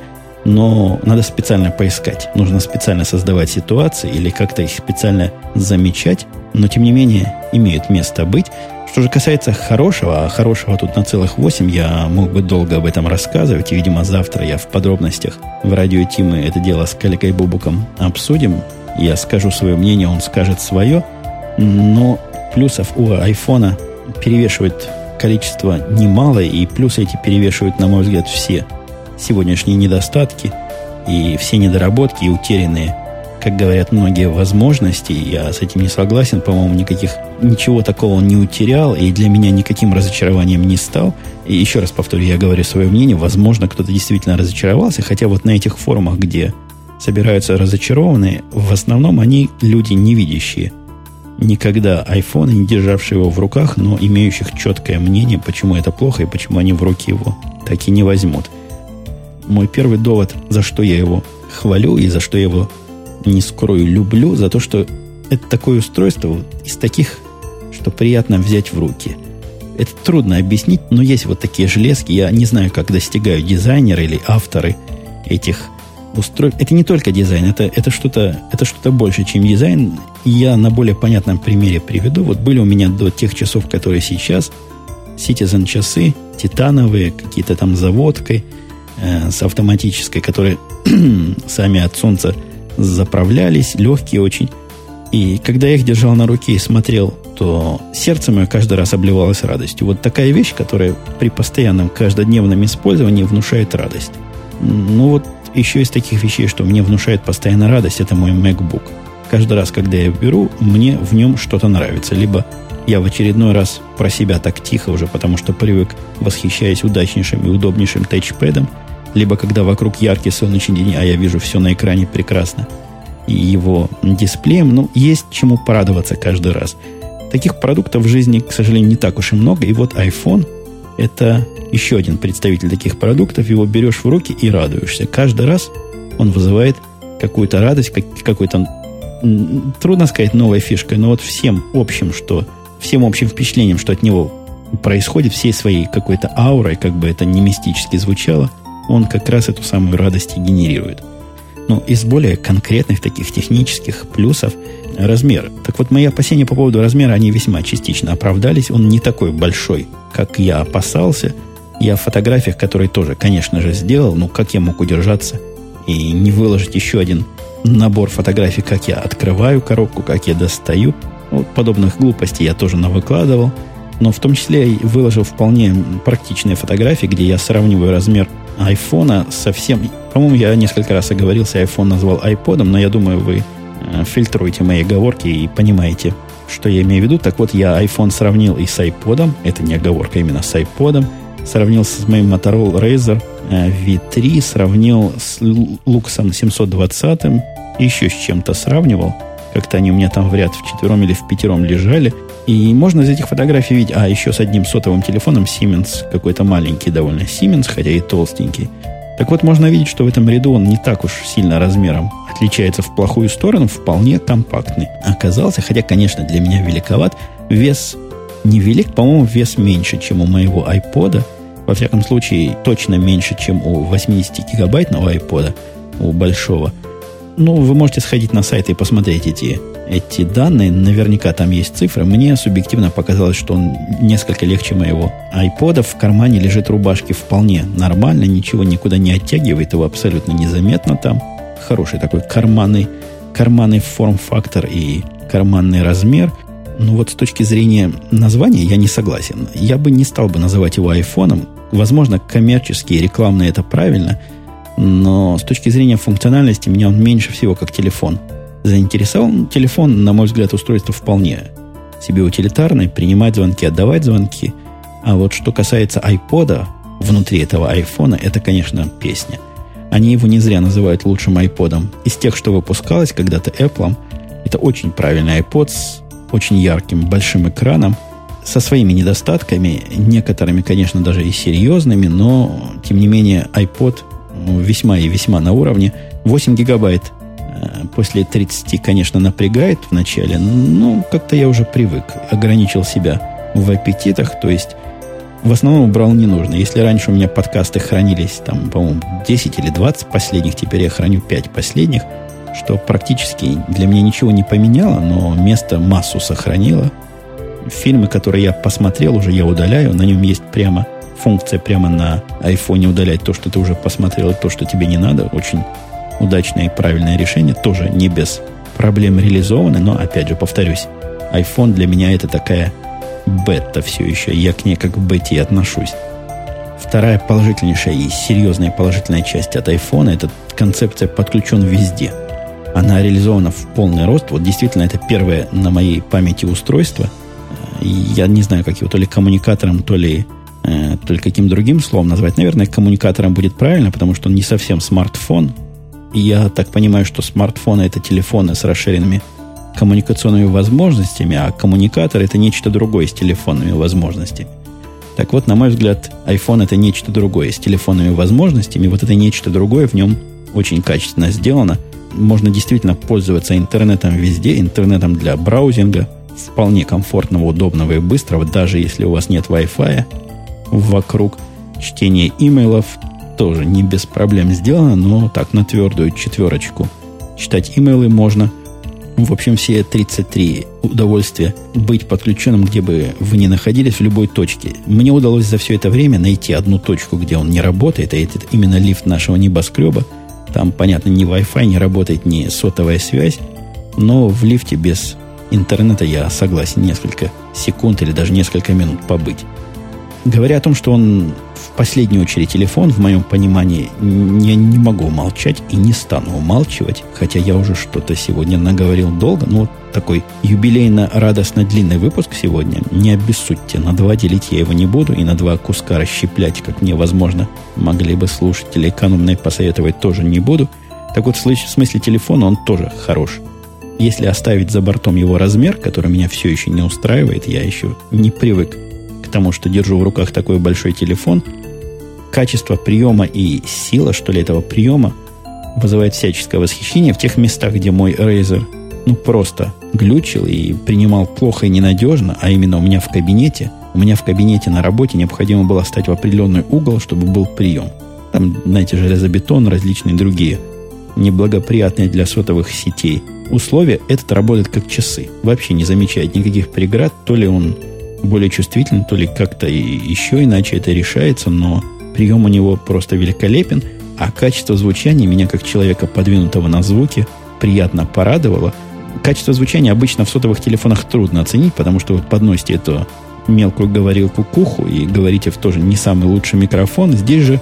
Но надо специально поискать. Нужно специально создавать ситуации или как-то их специально замечать. Но, тем не менее, имеют место быть. Что же касается хорошего, а хорошего тут на целых восемь, я мог бы долго об этом рассказывать, и, видимо, завтра я в подробностях в радио Тимы это дело с коллегой Бубуком обсудим. Я скажу свое мнение, он скажет свое, но плюсов у айфона перевешивает количество немалое, и плюсы эти перевешивают, на мой взгляд, все сегодняшние недостатки и все недоработки и утерянные, как говорят многие, возможности. Я с этим не согласен. По-моему, никаких, ничего такого он не утерял, и для меня никаким разочарованием не стал. И еще раз повторю, я говорю свое мнение. Возможно, кто-то действительно разочаровался, хотя вот на этих форумах, где собираются разочарованные, в основном они люди невидящие. Никогда айфоны, не державшие его в руках, но имеющих четкое мнение, почему это плохо и почему они в руки его так и не возьмут. Мой первый довод, за что я его хвалю и за что я его, не скрою, люблю, за то, что это такое устройство вот, из таких, что приятно взять в руки. Это трудно объяснить, но есть вот такие железки. Я не знаю, как достигают дизайнеры или авторы этих устройств. Это не только дизайн, это, это, что-то, это что-то больше, чем дизайн. Я на более понятном примере приведу. Вот были у меня до тех часов, которые сейчас, Citizen часы, титановые, какие-то там с заводкой, э, с автоматической, которые сами от солнца заправлялись, легкие очень. И когда я их держал на руке и смотрел, то сердце мое каждый раз обливалось радостью. Вот такая вещь, которая при постоянном каждодневном использовании внушает радость. Ну вот еще из таких вещей, что мне внушает постоянно радость, это мой MacBook. Каждый раз, когда я беру, мне в нем что-то нравится. Либо я в очередной раз про себя так тихо уже, потому что привык, восхищаясь удачнейшим и удобнейшим тачпэдом, либо когда вокруг яркий солнечный день, а я вижу все на экране прекрасно, и его дисплеем, ну, есть чему порадоваться каждый раз. Таких продуктов в жизни, к сожалению, не так уж и много. И вот iPhone – это еще один представитель таких продуктов. Его берешь в руки и радуешься. Каждый раз он вызывает какую-то радость, как, какой-то, трудно сказать, новой фишкой, но вот всем общим, что, всем общим впечатлением, что от него происходит, всей своей какой-то аурой, как бы это не мистически звучало, он как раз эту самую радость и генерирует. Ну, из более конкретных таких технических плюсов размер. Так вот, мои опасения по поводу размера, они весьма частично оправдались. Он не такой большой, как я опасался. Я в фотографиях, которые тоже, конечно же, сделал, ну, как я мог удержаться и не выложить еще один набор фотографий, как я открываю коробку, как я достаю. Вот подобных глупостей я тоже навыкладывал. Но в том числе я выложил вполне практичные фотографии, где я сравниваю размер айфона совсем... По-моему, я несколько раз оговорился, iPhone назвал айподом, но я думаю, вы э, фильтруете мои оговорки и понимаете, что я имею в виду. Так вот, я iPhone сравнил и с айподом, это не оговорка, именно с айподом, сравнил с моим Motorola Razr э, ви три, сравнил с Luxon семьсот двадцать, еще с чем-то сравнивал. Как-то они у меня там в ряд вчетвером или в пятером лежали. И можно из этих фотографий видеть, а еще с одним сотовым телефоном Siemens, какой-то маленький довольно Siemens, хотя и толстенький. Так вот, можно видеть, что в этом ряду он не так уж сильно размером отличается в плохую сторону, вполне компактный оказался, хотя, конечно, для меня великоват. Вес невелик, по-моему, вес меньше, чем у моего iPod. Во всяком случае, точно меньше, чем у восьмидесятигигабайтного iPod, у большого. Ну, вы можете сходить на сайт и посмотреть эти, эти данные. Наверняка там есть цифры. Мне субъективно показалось, что он несколько легче моего iPod. В кармане лежит рубашки вполне нормально. Ничего никуда не оттягивает. Его абсолютно незаметно там. Хороший такой карманный, карманный форм-фактор и карманный размер. Но вот с точки зрения названия я не согласен. Я бы не стал бы называть его айфоном. Возможно, коммерчески и рекламно это правильно. Но с точки зрения функциональности меня он меньше всего как телефон заинтересовал. Телефон, на мой взгляд, устройство вполне себе утилитарное. Принимать звонки, отдавать звонки. А вот что касается iPod, внутри этого айфона, это, конечно, песня. Они его не зря называют лучшим айподом. Из тех, что выпускалось когда-то Apple, это очень правильный iPod с очень ярким, большим экраном, со своими недостатками, некоторыми, конечно, даже и серьезными, но, тем не менее, iPod весьма и весьма на уровне. восемь гигабайт после тридцати, конечно, напрягает вначале, но как-то я уже привык, ограничил себя в аппетитах, то есть в основном брал не нужно. Если раньше у меня подкасты хранились, там, по-моему, десять или двадцать последних, теперь я храню пять последних, что практически для меня ничего не поменяло, но место массу сохранило. Фильмы, которые я посмотрел, уже я удаляю, на нем есть прямо функция прямо на айфоне удалять то, что ты уже посмотрел, и то, что тебе не надо. Очень удачное и правильное решение. Тоже не без проблем реализовано, но, опять же, повторюсь, iPhone для меня это такая бета все еще. Я к ней как к бете отношусь. Вторая положительнейшая и серьезная положительная часть от iPhone – это концепция «подключен везде». Она реализована в полный рост. Вот действительно, это первое на моей памяти устройство. Я не знаю, как его, то ли коммуникатором, то ли то ли каким другим словом назвать. Наверное, коммуникатором будет правильно, потому что он не совсем смартфон. И я так понимаю, что смартфоны – это телефоны с расширенными коммуникационными возможностями, а коммуникатор – это нечто другое с телефонными возможностями. Так вот, на мой взгляд, iPhone – это нечто другое с телефонными возможностями. И вот это нечто другое в нем очень качественно сделано. Можно действительно пользоваться интернетом везде, интернетом для браузинга, вполне комфортного, удобного и быстрого, даже если у вас нет Wi-Fi вокруг, чтение имейлов, тоже не без проблем сделано, но так на твердую четверочку. Читать имейлы можно. В общем, все тридцать три удовольствия быть подключенным, где бы вы ни находились, в любой точке. Мне удалось за все это время найти одну точку, где он не работает, а это именно лифт нашего небоскреба. Там, понятно, ни Wi-Fi, не работает, ни сотовая связь, но в лифте без интернета я согласен несколько секунд или даже несколько минут побыть. Говоря о том, что он в последнюю очередь телефон, в моем понимании, я не могу молчать и не стану умалчивать, хотя я уже что-то сегодня наговорил долго, но вот такой юбилейно-радостно длинный выпуск сегодня, не обессудьте, на два делить я его не буду и на два куска расщеплять, как мне, возможно, могли бы слушатели экономные посоветовать, тоже не буду. Так вот, в смысле телефона он тоже хорош. Если оставить за бортом его размер, который меня все еще не устраивает, я еще не привык к тому, что держу в руках такой большой телефон, качество приема и сила, что ли, этого приема вызывает всяческое восхищение в тех местах, где мой Razer ну просто глючил и принимал плохо и ненадежно, а именно у меня в кабинете. У меня в кабинете на работе необходимо было встать в определенный угол, чтобы был прием. Там, знаете, железобетон, различные другие неблагоприятные для сотовых сетей условия. Этот работает как часы. Вообще не замечает никаких преград. То ли он более чувствительный, то ли как-то еще иначе это решается, но прием у него просто великолепен, а качество звучания меня, как человека, подвинутого на звуки, приятно порадовало. Качество звучания обычно в сотовых телефонах трудно оценить, потому что вы подносите эту мелкую говорилку к уху и говорите в тоже не самый лучший микрофон. Здесь же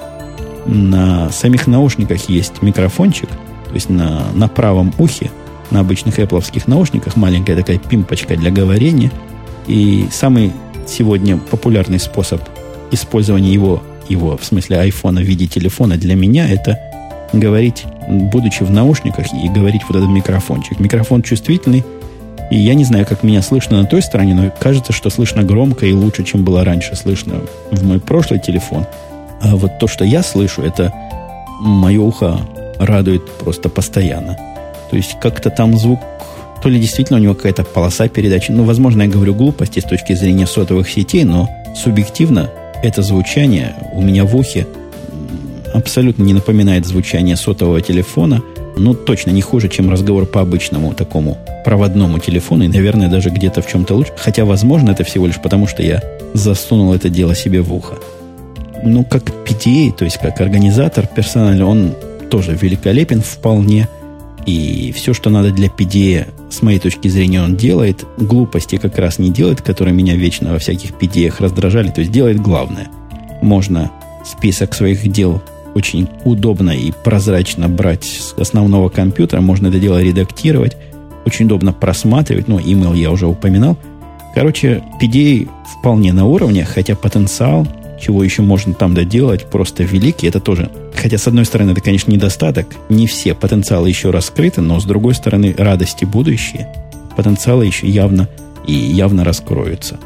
на самих наушниках есть микрофончик, то есть на, на правом ухе, на обычных Apple'овских наушниках маленькая такая пимпочка для говорения. И самый сегодня популярный способ использования его, его, в смысле айфона в виде телефона для меня, это говорить, будучи в наушниках, и говорить вот этот микрофончик. Микрофон чувствительный, и я не знаю, как меня слышно на той стороне, но кажется, что слышно громко и лучше, чем было раньше слышно в мой прошлый телефон. А вот то, что я слышу, это мое ухо радует просто постоянно. То есть как-то там звук, то ли действительно у него какая-то полоса передачи. Ну, возможно, я говорю глупости с точки зрения сотовых сетей, но субъективно это звучание у меня в ухе абсолютно не напоминает звучание сотового телефона. Ну, точно не хуже, чем разговор по обычному такому проводному телефону. И, наверное, даже где-то в чем-то лучше. Хотя, возможно, это всего лишь потому, что я засунул это дело себе в ухо. Ну, как пи ди эй, то есть как организатор персонально, он тоже великолепен вполне. И все, что надо для пи ди эй, с моей точки зрения, он делает. Глупости как раз не делает, которые меня вечно во всяких пи ди эйх раздражали. То есть делает главное. Можно список своих дел очень удобно и прозрачно брать с основного компьютера. Можно это дело редактировать. Очень удобно просматривать. Ну, email я уже упоминал. Короче, пи ди эй вполне на уровне, хотя потенциал, чего еще можно там доделать, просто великий. Это тоже, хотя с одной стороны это, конечно, недостаток. Не все потенциалы еще раскрыты, но с другой стороны радости будущие. Потенциалы еще явно и явно раскроются.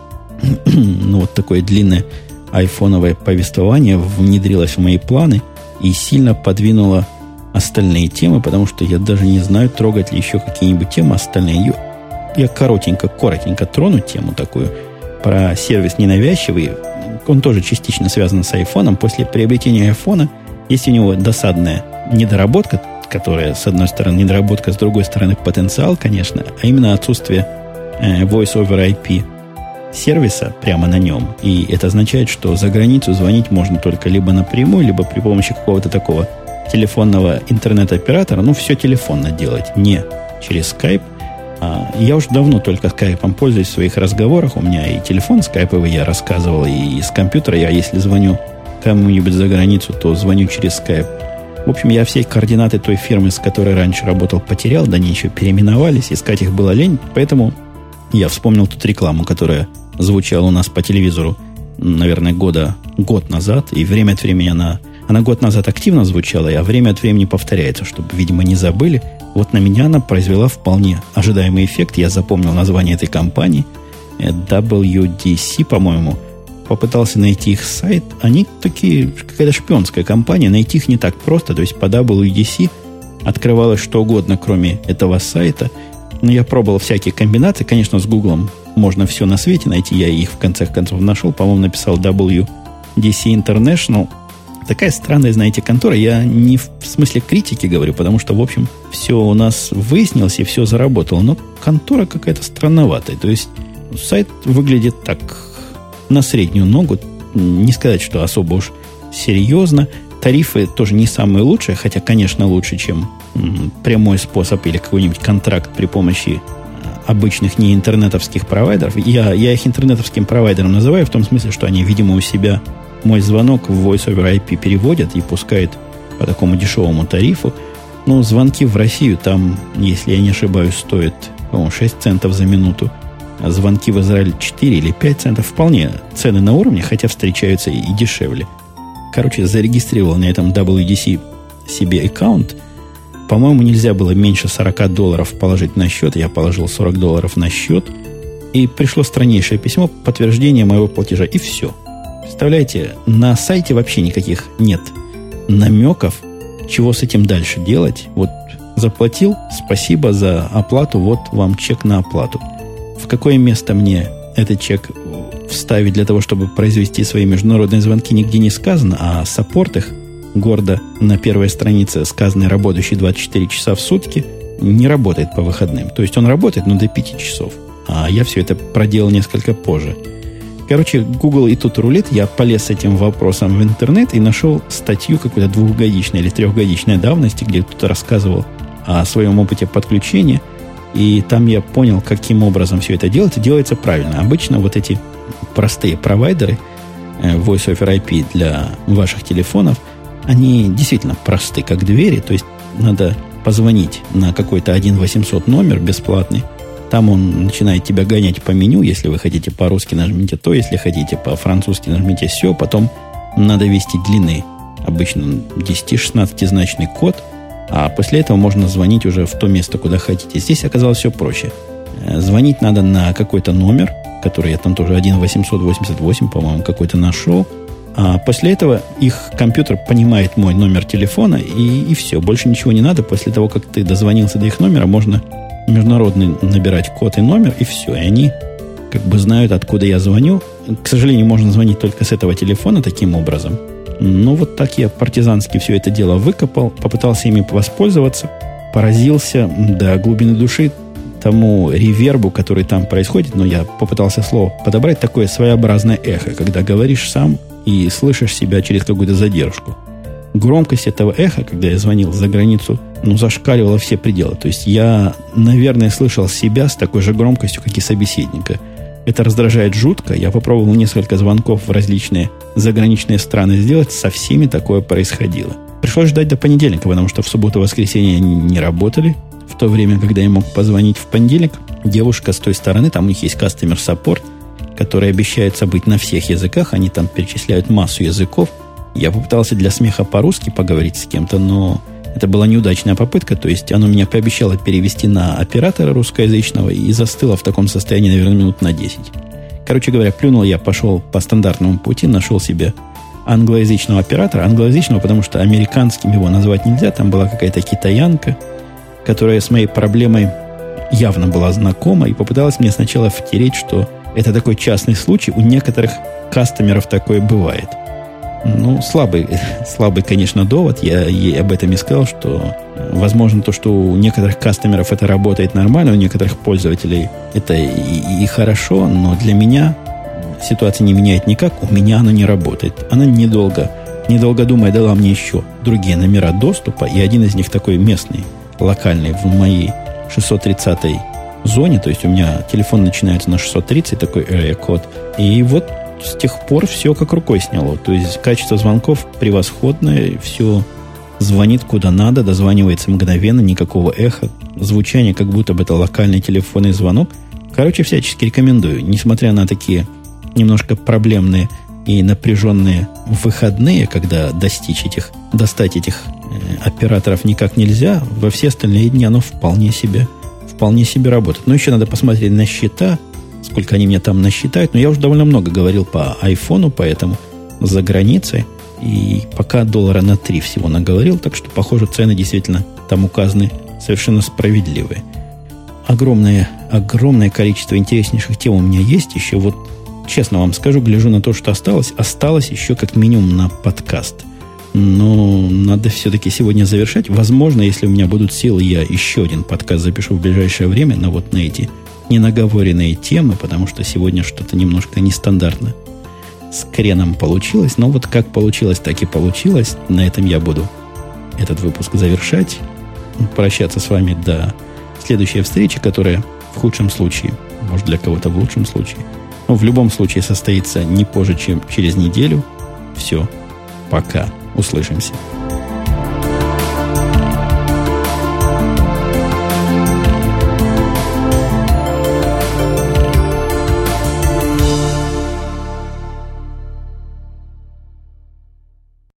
Ну, вот такое длинное айфоновое повествование внедрилось в мои планы и сильно подвинуло остальные темы, потому что я даже не знаю, трогать ли еще какие-нибудь темы остальные. Я коротенько, коротенько трону тему такую про сервис ненавязчивый. Он тоже частично связан с айфоном. После приобретения айфона есть у него досадная недоработка, которая, с одной стороны, недоработка, с другой стороны, потенциал, конечно, а именно отсутствие э, Voice over ай пи сервиса прямо на нем. И это означает, что за границу звонить можно только либо напрямую, либо при помощи какого-то такого телефонного интернет-оператора. Ну, все телефонно делать, не через Skype. А я уже давно только скайпом пользуюсь в своих разговорах. У меня и телефон скайповый, я рассказывал, и с компьютера я, если звоню кому-нибудь за границу, то звоню через Skype. В общем, я все координаты той фирмы, с которой раньше работал, потерял, да они еще переименовались, искать их было лень, поэтому я вспомнил тут рекламу, которая звучала у нас по телевизору, наверное, года, год назад, и время от времени она, она год назад активно звучала, а время от времени повторяется, чтобы, видимо, не забыли. Вот на меня она произвела вполне ожидаемый эффект. Я запомнил название этой компании, дабл ю ди си, по-моему. Попытался найти их сайт. Они такие, какая-то шпионская компания, найти их не так просто. То есть по дабл ю ди си открывалось что угодно, кроме этого сайта. Но я пробовал всякие комбинации. Конечно, с Гуглом можно все на свете найти. Я их в конце концов нашел. По-моему, написал дабл ю ди си International. Такая странная, знаете, контора. Я не в смысле критики говорю, потому что, в общем, все у нас выяснилось и все заработало. Но контора какая-то странноватая. То есть сайт выглядит так на среднюю ногу. Не сказать, что особо уж серьезно. Тарифы тоже не самые лучшие, хотя, конечно, лучше, чем м, прямой способ или какой-нибудь контракт при помощи обычных не интернетовских провайдеров. Я, я их интернетовским провайдером называю в том смысле, что они, видимо, у себя мой звонок в Voice over ай пи переводят и пускают по такому дешевому тарифу. Но звонки в Россию там, если я не ошибаюсь, стоят, по-моему, шесть центов за минуту. А звонки в Израиль четыре или пять центов. Вполне цены на уровне, хотя встречаются и дешевле. Короче, зарегистрировал на этом дабл ю ди си себе аккаунт. По-моему, нельзя было меньше сорок долларов положить на счет. Я положил сорок долларов на счет. И пришло страннейшее письмо, подтверждение моего платежа. И все. Представляете, на сайте вообще никаких нет намеков, чего с этим дальше делать. Вот заплатил, спасибо за оплату, вот вам чек на оплату. В какое место мне этот чек вставить для того, чтобы произвести свои международные звонки, нигде не сказано, а саппорт их, гордо на первой странице сказанный, работающий двадцать четыре часа в сутки, не работает по выходным. То есть он работает, но до пяти часов. А я все это проделал несколько позже. Короче, Google и тут рулит. Я полез с этим вопросом в интернет и нашел статью какой-то двухгодичной или трехгодичной давности, где кто-то рассказывал о своем опыте подключения. И там я понял, каким образом все это делается. Делается правильно. Обычно вот эти простые провайдеры Voice over ай пи для ваших телефонов, они действительно просты, как двери. То есть надо позвонить на какой-то один восемьсот номер бесплатный. Там он начинает тебя гонять по меню. Если вы хотите по-русски, нажмите то. Если хотите по-французски, нажмите все. Потом надо ввести длины. Обычно десять-шестнадцатизначный код. А после этого можно звонить уже в то место, куда хотите. Здесь оказалось все проще. Звонить надо на какой-то номер, который я там тоже один восемьсот восемьдесят восемь, по-моему, какой-то нашел. А после этого их компьютер понимает мой номер телефона, и, и все. Больше ничего не надо. После того, как ты дозвонился до их номера, можно международный набирать код и номер, и все. И они как бы знают, откуда я звоню. К сожалению, можно звонить только с этого телефона таким образом. Ну, вот так я партизански все это дело выкопал, попытался ими воспользоваться, поразился до глубины души тому ревербу, который там происходит, но я попытался слово подобрать, такое своеобразное эхо, когда говоришь сам и слышишь себя через какую-то задержку. Громкость этого эха, когда я звонил за границу, ну, зашкаливала все пределы. То есть я, наверное, слышал себя с такой же громкостью, как и собеседника. Это раздражает жутко. Я попробовал несколько звонков в различные заграничные страны сделать. Со всеми такое происходило. Пришлось ждать до понедельника, потому что в субботу и воскресенье они не работали. В то время, когда я мог позвонить в понедельник, девушка с той стороны, там у них есть customer support, который обещается быть на всех языках. Они там перечисляют массу языков. Я попытался для смеха по-русски поговорить с кем-то, но это была неудачная попытка. То есть оно меня пообещало перевести на оператора русскоязычного и застыло в таком состоянии, наверное, минут на десять. Короче говоря, плюнул я, пошел по стандартному пути, нашел себе англоязычного оператора. Англоязычного, потому что американским его назвать нельзя. Там была какая-то китаянка, которая с моей проблемой явно была знакома и попыталась мне сначала втереть, что это такой частный случай. У некоторых кастомеров такое бывает. Ну, слабый, слабый, конечно, довод. Я ей об этом и сказал, что возможно то, что у некоторых кастомеров это работает нормально, у некоторых пользователей это и, и хорошо, но для меня ситуация не меняет никак. У меня она не работает. Она недолго, недолго думая, дала мне еще другие номера доступа, и один из них такой местный, локальный, в моей шестьсот тридцатой зоне. То есть у меня телефон начинается на шестьсот тридцать, такой area код. И вот с тех пор все как рукой сняло. То есть качество звонков превосходное, все звонит куда надо, дозванивается мгновенно, никакого эха, звучание, как будто бы это локальный телефонный звонок. Короче, всячески рекомендую. Несмотря на такие немножко проблемные и напряженные выходные, когда достичь этих, достать этих э, операторов никак нельзя, во все остальные дни оно вполне себе, вполне себе работает. Но еще надо посмотреть на счета, сколько они мне там насчитают. Но я уже довольно много говорил по айфону, поэтому за границей. И пока доллара на три всего наговорил, так что, похоже, цены действительно там указаны совершенно справедливые. Огромное, огромное количество интереснейших тем у меня есть еще. Вот, честно вам скажу, гляжу на то, что осталось. Осталось еще как минимум на подкаст. Но надо все-таки сегодня завершать. Возможно, если у меня будут силы, я еще один подкаст запишу в ближайшее время, но вот на эти ненаговоренные темы, потому что сегодня что-то немножко нестандартно с креном получилось. Но вот как получилось, так и получилось. На этом я буду этот выпуск завершать. Прощаться с вами до следующей встречи, которая в худшем случае, может, для кого-то в лучшем случае, но в любом случае состоится не позже, чем через неделю. Все. Пока. Услышимся.